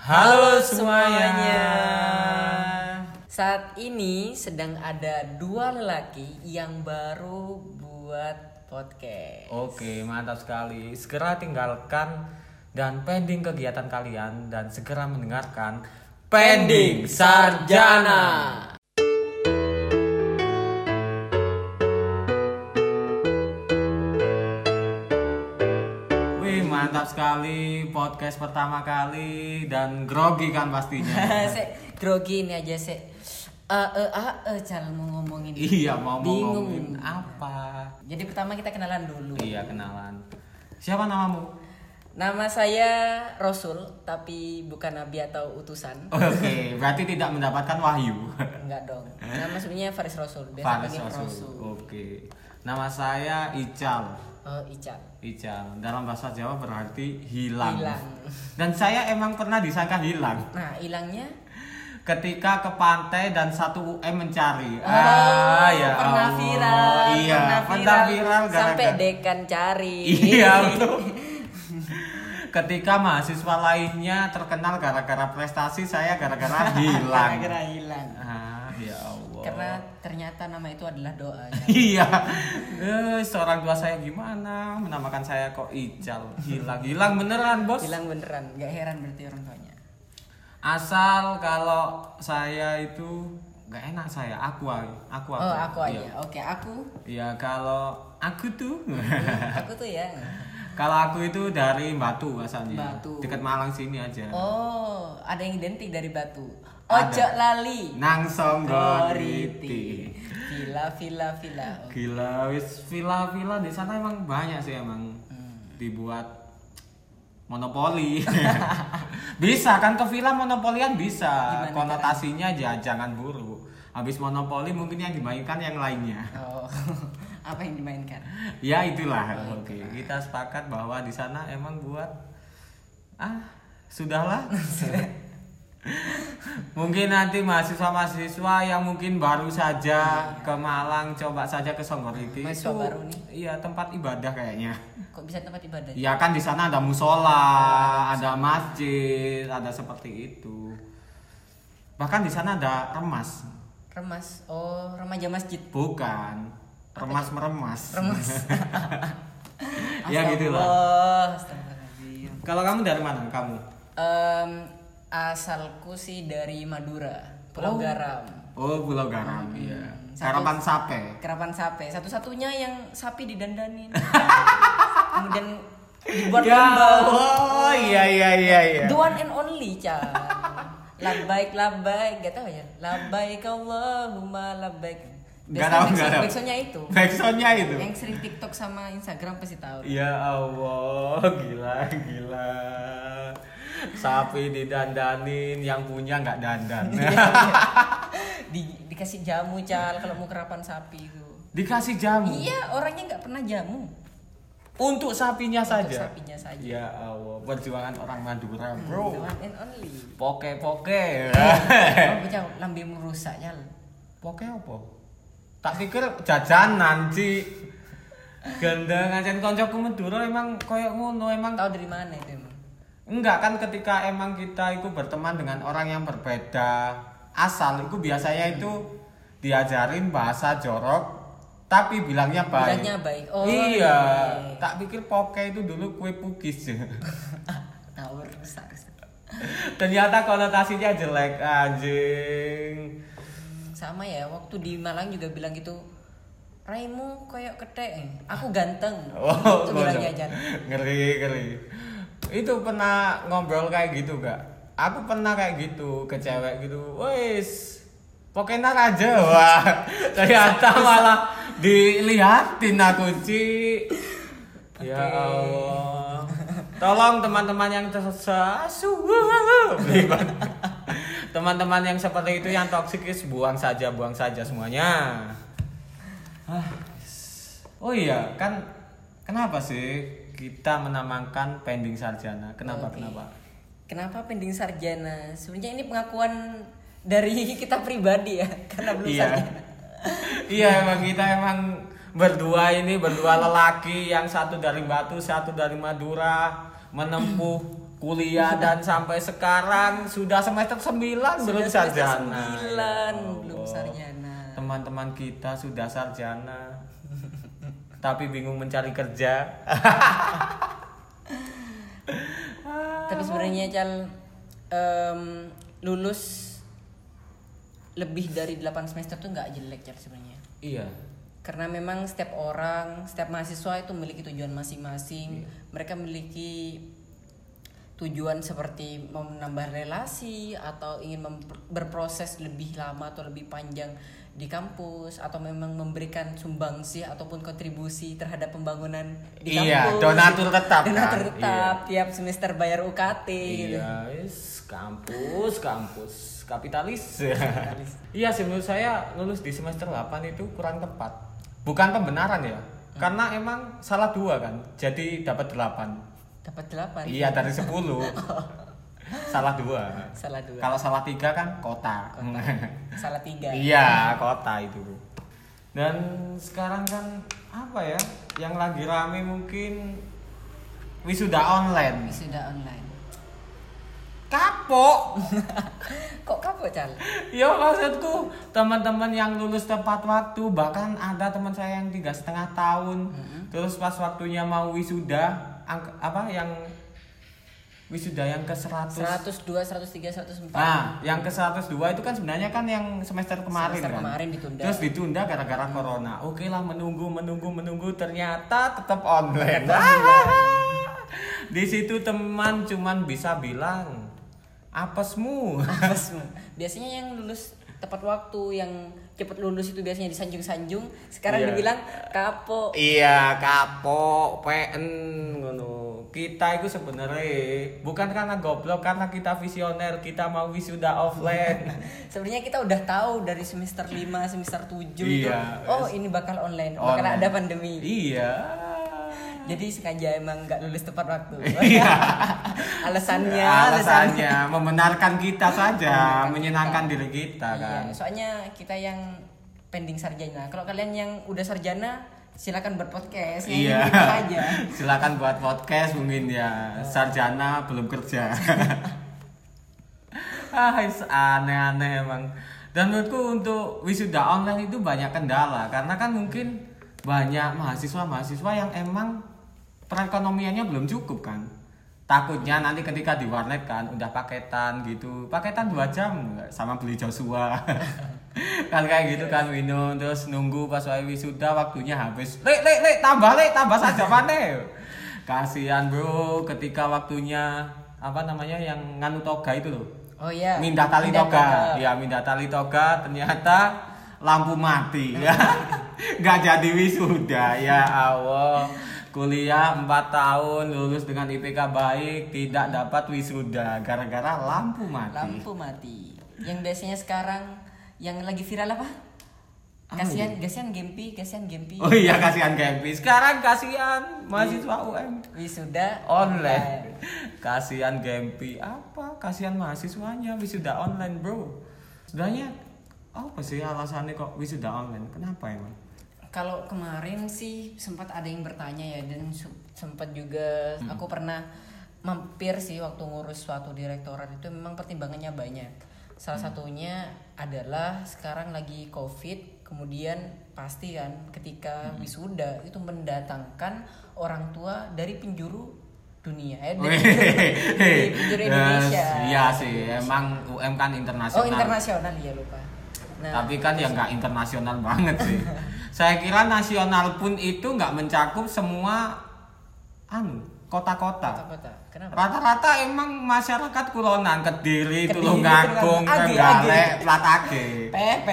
Halo semuanya. Saat ini sedang ada dua lelaki yang baru buat podcast. Oke, mantap sekali. Segera tinggalkan dan pending kegiatan kalian dan segera mendengarkan Pending Sarjana. Wih, mantap sekali podcast pertama kali dan grogi kan pastinya. Sek, grogi ini aja sek. Cara mau ngomongin. Iya, mau bingung. ngomongin apa? Jadi pertama kita kenalan dulu. Iya, kenalan. Siapa namamu? Nama saya Rasul, tapi bukan nabi atau utusan. Oke, berarti tidak mendapatkan wahyu. Enggak dong. Nama sebenarnya Faris Rasul. Biasa Faris panggil Rasul. Rasul. Oke. Nama saya Ical. Oh, Ical. Ical. Dalam bahasa Jawa berarti hilang. Hilang. Dan saya emang pernah disangka hilang. Nah, hilangnya Ketika ke pantai dan 1 UM mencari. ya pernah Allah. viral. Iya, pernah viral sampai gara-gara. dekan cari. Iya, betul. Ketika mahasiswa lainnya terkenal gara-gara prestasi, saya gara-gara hilang. Gara-gara hilang. Ya Allah. Karena ternyata nama itu adalah doa. Iya. Seorang tua saya gimana menamakan saya kok Ical. Hilang beneran, Bos. Hilang beneran. Gak heran berarti orang tuanya. Asal kalau saya itu nggak enak saya, aku Oh, aku aja. Iya. Oke, aku. Iya, kalau aku tuh Aku tuh ya. kalau aku itu dari Batu asalnya. Batu. Dekat Malang sini aja. Oh, ada yang identik dari Batu. Ada. Ojo lali. Nang Songgoriti. Villa. Gila, wis villa-villa di sana emang banyak sih emang. Dibuat monopoli. Bisa kan ke villa monopolian bisa. Gimana Konotasinya aja jangan buruk. Habis monopoli mungkin yang dimainkan yang lainnya. Oh, apa yang dimainkan? Ya itulah. Oke, kita sepakat bahwa di sana emang buat sudahlah. Mungkin nanti mahasiswa yang mungkin baru saja ke Malang coba saja ke Songgoriti. Mahasiswa baru nih. Iya, tempat ibadah kayaknya. Kok bisa tempat ibadah? Iya kan di sana ada musola, ada masjid, ada seperti itu. Bahkan di sana ada remas. Remas. Oh, remaja masjid. Bukan. Remas meremas. Remas. Ya gitulah. Astagfirullahaladzim. Kalau kamu dari mana kamu? Asalku sih dari Madura, Pulau Garam. Oh, Pulau Garam, iya. Satu- Karapan Sape. Kerapan Sape, satu-satunya yang sapi didandanin. Kemudian dibuat Ya, lomba. oh iya. The one and only, Chan. Labbaik, gak tau ya. Labbaik Allahumma labbaik. Gak tahu. Backsoundnya itu. Backsoundnya itu. Yang sering TikTok sama Instagram pasti tahu. Ya Allah, gila. Sapi didandanin, yang punya nggak dandan. Dikasih jamu, Cal, kalau mau kerapan sapi itu. Dikasih jamu. Iya, orangnya nggak pernah jamu. Untuk sapinya Untuk saja. sapinya saja. Ya Allah, perjuangan orang Madura, bro. The one and only. Poke. Oh, bocah lambemu rusak, Cal. Poke apa? Tak pikir jajanan sih. Gendeng ancen koncoku Madura emang koyo ngono emang. Tahu dari mana itu emang? Enggak kan ketika emang kita itu berteman dengan orang yang berbeda asal itu biasanya itu diajarin bahasa jorok tapi bilangnya baik. Bilangnya baik. Oh, iya. iya. Tak pikir poke itu dulu kue pukis. Ngawur rusak. Ternyata konotasinya jelek anjing. Sama ya, waktu di Malang juga bilang gitu. Raimu koyok ketek, aku ganteng. Itu bilangnya Jan. Ngeri. Itu pernah ngobrol kayak gitu gak? Aku pernah kayak gitu ke cewek gitu. Wes, pokoknya aja. Wah, ternyata malah dilihatin aku Ci. Ya Allah. Tolong teman-teman yang teman-teman yang seperti itu yang toksikis buang saja semuanya. Oh iya, kan kenapa sih kita menamakan pending sarjana? Kenapa? Kenapa pending sarjana? Sebenarnya ini pengakuan dari kita pribadi ya, karena belum sarjana. Iya, emang kita berdua lelaki yang satu dari Batu, satu dari Madura, menempuh kuliah dan sampai sekarang sudah semester 9 belum sarjana. 9 belum sarjana. Teman-teman kita sudah sarjana. Tapi bingung mencari kerja. Tapi sebenarnya Cal lulus lebih dari 8 semester tuh nggak jelek Cal sebenarnya. Iya. Karena memang setiap orang, setiap mahasiswa itu memiliki tujuan masing-masing. Mereka memiliki tujuan seperti menambah relasi atau ingin berproses lebih lama atau lebih panjang di kampus, atau memang memberikan sumbangsih ataupun kontribusi terhadap pembangunan di kampus. Donatur tetap. Donatur kan? tetap tiap semester bayar UKT gitu. Iya, kampus kapitalis. Iya sih, menurut saya lulus di semester 8 itu kurang tepat. Bukan pembenaran ya. Karena emang salah 2 kan. Jadi dapat 8. Dapat 8. Iya, dari 10. Salah 2. Salah 2. Kalau salah 3 kan kota. Salah 3. Iya, kota itu. Dan sekarang kan apa ya? Yang lagi rame mungkin wisuda online. Wisuda online. Kapok. Kok kapok Cal? Ya maksudku teman-teman yang lulus tepat waktu, bahkan ada teman saya yang 3,5 tahun. Terus pas waktunya mau wisuda, yang wisuda yang ke 100 102, 103, 104. Nah, yang ke 102 itu kan sebenarnya kan yang semester kemarin kan. Kemarin ditunda. Terus ditunda gara-gara corona. Oke lah, menunggu ternyata tetap online. Di situ teman cuman bisa bilang apesmu. Biasanya yang lulus tepat waktu, yang cepat lulus itu biasanya disanjung-sanjung. Sekarang Iya. dibilang kapok. Iya, kapok, PN ngono. Kita itu sebenarnya bukan karena goblok, karena kita visioner, kita mau wisuda offline. Sebenarnya kita udah tahu dari semester 5, semester 7 itu. Iya. Oh, ini bakal online, bakal Online. ada pandemi. Iya. Jadi sengaja emang nggak lulus tepat waktu. Iya. Alasannya membenarkan kita saja, menyenangkan diri kita kan. Iya, soalnya kita yang pending sarjana. Kalau kalian yang udah sarjana, silakan buat podcast. Iya. Gitu aja. Silakan buat podcast mungkin ya. Sarjana belum kerja. Aneh-aneh emang. Dan menurutku untuk wisuda online itu banyak kendala, karena kan mungkin banyak mahasiswa yang emang perekonomiannya belum cukup kan. Takutnya nanti ketika di warnet kan udah paketan gitu, paketan 2 jam sama beli Joshua. Kan kayak gitu kan, minum terus nunggu pas wisuda waktunya habis. Tambah saja pane. Kasihan bro, ketika waktunya yang nganu toga itu loh. Oh iya. Mindah tali toga. Iya, mindah tali toga, ternyata lampu mati. Ya. Nggak jadi wisuda. Ya Allah. Kuliah 4 tahun, lulus dengan IPK baik, tidak dapat wisuda gara-gara lampu mati. Lampu mati. Yang biasanya sekarang yang lagi viral apa? Kasihan Gempi. Oh iya, kasihan Gempi. Sekarang kasihan mahasiswa UM Wisuda online. Kasihan Gempi apa? Kasihan mahasiswanya wisuda online, bro. Sebenarnya apa sih alasannya kok wisuda online? Kenapa emang? Kalau kemarin sih sempat ada yang bertanya ya, dan sempat juga aku pernah mampir sih waktu ngurus suatu direktorat. Itu memang pertimbangannya banyak. Salah satunya adalah sekarang lagi COVID, kemudian pasti kan ketika wisuda itu mendatangkan orang tua dari penjuru dunia, dari penjuru Indonesia. Iya sih, emang UM kan internasional. Oh, internasional ya, lupa. Nah, tapi kan ya nggak internasional banget sih. Saya kira nasional pun itu nggak mencakup semua kota-kota. Kenapa? Rata-rata emang masyarakat kulonan, Kediri, Tulungagung, Trenggalek, Platake.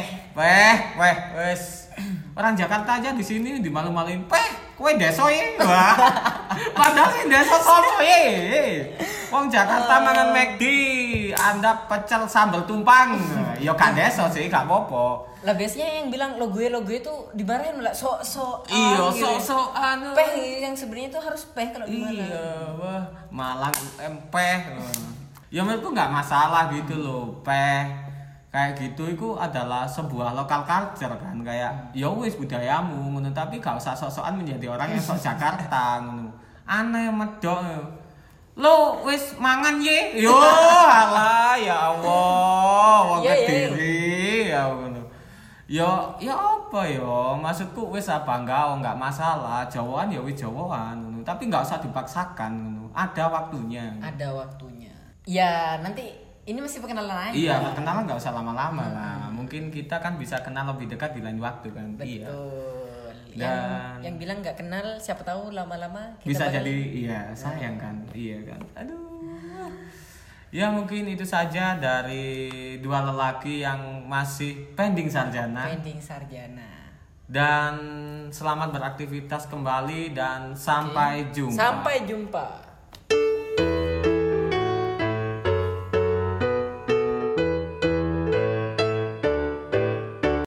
Wes. Orang Jakarta aja di sini dimalu-maluin. Kowe desa ye. Wah. Padahal sing desa sono ye. Wong Jakarta mangan McD, Anda pecel sambal tumpang. Ya gak desa sih, gak apa-apa. Lah biasanya yang bilang lo gue itu dimarahin lah sok-sok. Iya, sok-sokan. Peh yang sebenarnya itu harus peh kalau di mana. Iya, wah, Malang UM peh. Ya menurutku nggak masalah gitu loh, peh. Kayak gitu itu adalah sebuah lokal culture kan, kayak ya wis budayamu ngono, tapi gak usah sok-sokan menjadi orang yang sok Jakarta ngono. Aneh medok. Lo wis mangan ye. Yo alah ya Allah, wong Iya, iya. Kediri ya ngono. Ya apa ya? Maksudku wis apa enggak masalah. Jawaan ya wis jawaan ngono. Tapi enggak usah dipaksakan ngono. Ada waktunya. Ada waktunya. Ya nanti ini masih perkenalan aja. Iya, kenalan enggak usah lama-lama lah. Mungkin kita kan bisa kenal lebih dekat di lain waktu kan. Iya. Betul. Dan- Yang bilang nggak kenal siapa tahu lama-lama kita Bisa bakal- jadi iya, sayang kan. Iya kan. Aduh. Ya mungkin itu saja dari dua lelaki yang masih pending sarjana. pending sarjana. Dan selamat beraktivitas kembali dan sampai jumpa. Sampai jumpa.